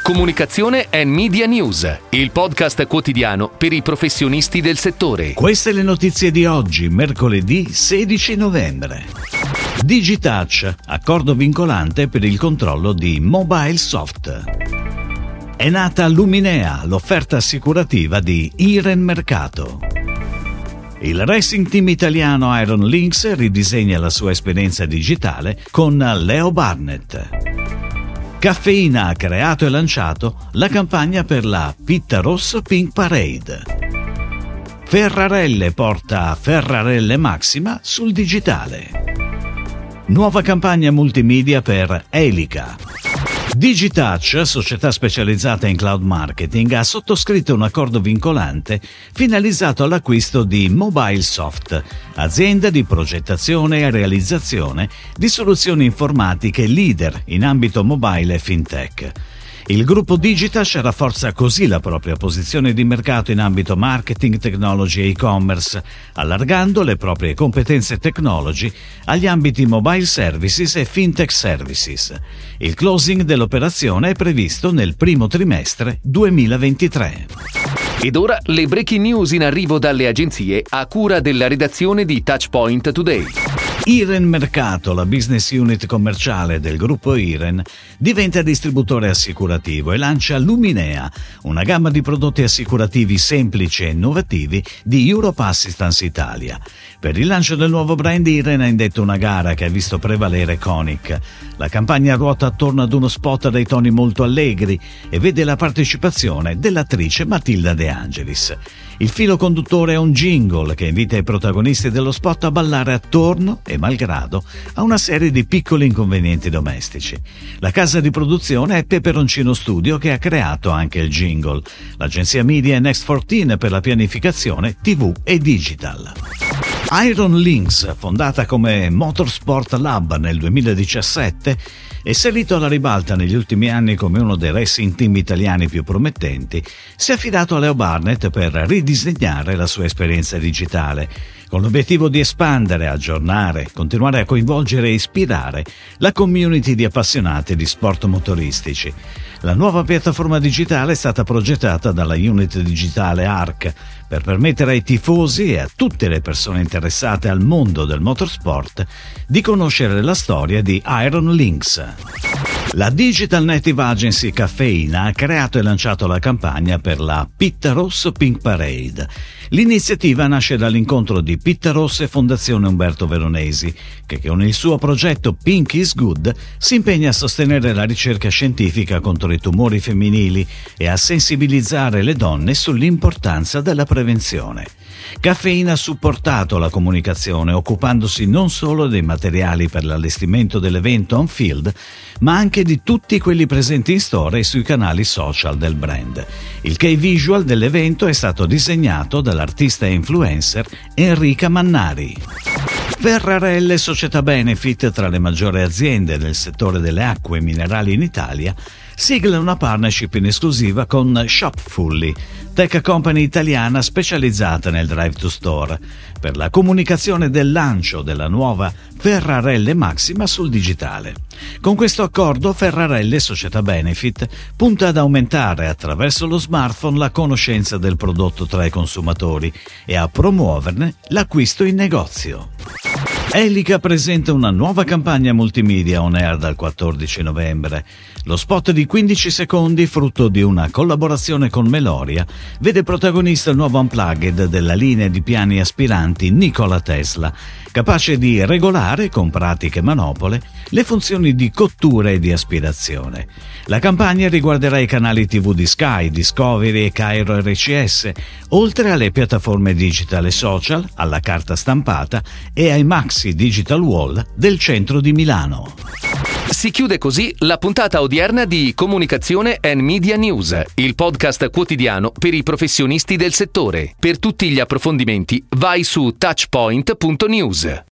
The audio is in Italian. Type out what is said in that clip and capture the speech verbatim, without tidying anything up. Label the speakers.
Speaker 1: Comunicazione and Media News, il podcast quotidiano per i professionisti del settore.
Speaker 2: Queste le notizie di oggi, mercoledì sedici novembre. Digitouch, accordo vincolante per il controllo di Mobilesoft. È nata Luminea, l'offerta assicurativa di Iren Mercato. Il racing team italiano Iron Lynx ridisegna la sua esperienza digitale con Leo Burnett. Caffeina ha creato e lanciato la campagna per la Pitta Rosso Pink Parade. Ferrarelle porta Ferrarelle Maxima sul digitale. Nuova campagna multimedia per Elica. Digitouch, società specializzata in cloud marketing, ha sottoscritto un accordo vincolante finalizzato all'acquisto di Mobilesoft, azienda di progettazione e realizzazione di soluzioni informatiche leader in ambito mobile e fintech. Il gruppo Digitouch rafforza così la propria posizione di mercato in ambito marketing, technology e e-commerce, allargando le proprie competenze technology agli ambiti mobile services e fintech services. Il closing dell'operazione è previsto nel primo trimestre duemilaventitré.
Speaker 1: Ed ora le breaking news in arrivo dalle agenzie a cura della redazione di Touchpoint Today.
Speaker 2: Iren Mercato, la business unit commerciale del gruppo Iren, diventa distributore assicurativo e lancia Luminea, una gamma di prodotti assicurativi semplici e innovativi di Europe Assistance Italia. Per il lancio del nuovo brand Iren ha indetto una gara che ha visto prevalere Conic. La campagna ruota attorno ad uno spot dai toni molto allegri e vede la partecipazione dell'attrice Matilda De Angelis. Il filo conduttore è un jingle che invita i protagonisti dello spot a ballare attorno e malgrado a una serie di piccoli inconvenienti domestici. La casa di produzione è Peperoncino Studio, che ha creato anche il jingle. L'agenzia media è Next quattordici per la pianificazione tivù e digital. Iron Lynx, fondata come Motorsport Lab nel duemiladiciassette, è salito alla ribalta negli ultimi anni come uno dei racing team italiani più promettenti, si è affidato a Leo Burnett per ridisegnare la sua esperienza digitale, con l'obiettivo di espandere, aggiornare, continuare a coinvolgere e ispirare la community di appassionati di sport motoristici. La nuova piattaforma digitale è stata progettata dalla unit digitale Arc per permettere ai tifosi e a tutte le persone interessate al mondo del motorsport di conoscere la storia di Iron Lynx. La digital native agency Caffeina ha creato e lanciato la campagna per la Pitta Rosso Pink Parade. L'iniziativa nasce dall'incontro di Pitta Rosso e Fondazione Umberto Veronesi, che con il suo progetto Pink is Good si impegna a sostenere la ricerca scientifica contro i tumori femminili e a sensibilizzare le donne sull'importanza della prevenzione. Caffeina ha supportato la comunicazione occupandosi non solo dei materiali per l'allestimento dell'evento on field, ma anche di tutti quelli presenti in store e sui canali social del brand. Il key visual dell'evento è stato disegnato dall'artista e influencer Enrica Mannari. Ferrarelle, società benefit tra le maggiori aziende del settore delle acque minerali in Italia, sigla una partnership in esclusiva con Shopfully, tech company italiana specializzata nel drive to store, per la comunicazione del lancio della nuova Ferrarelle Maxima sul digitale. Con questo accordo Ferrarelle, società benefit, punta ad aumentare attraverso lo smartphone la conoscenza del prodotto tra i consumatori e a promuoverne l'acquisto in negozio. Elica presenta una nuova campagna multimedia on air dal quattordici novembre. Lo spot di quindici secondi, frutto di una collaborazione con Meloria, vede protagonista il nuovo unplugged della linea di piani aspiranti Nikola Tesla, capace di regolare, con pratiche manopole, le funzioni di cottura e di aspirazione. La campagna riguarderà i canali tivù di Sky, Discovery e Cairo R C S, oltre alle piattaforme digital e social, alla carta stampata e ai maxi digital wall del centro di Milano.
Speaker 1: Si chiude così la puntata odierna di Comunicazione and Media News, il podcast quotidiano per i professionisti del settore. Per tutti gli approfondimenti vai su touchpoint punto news.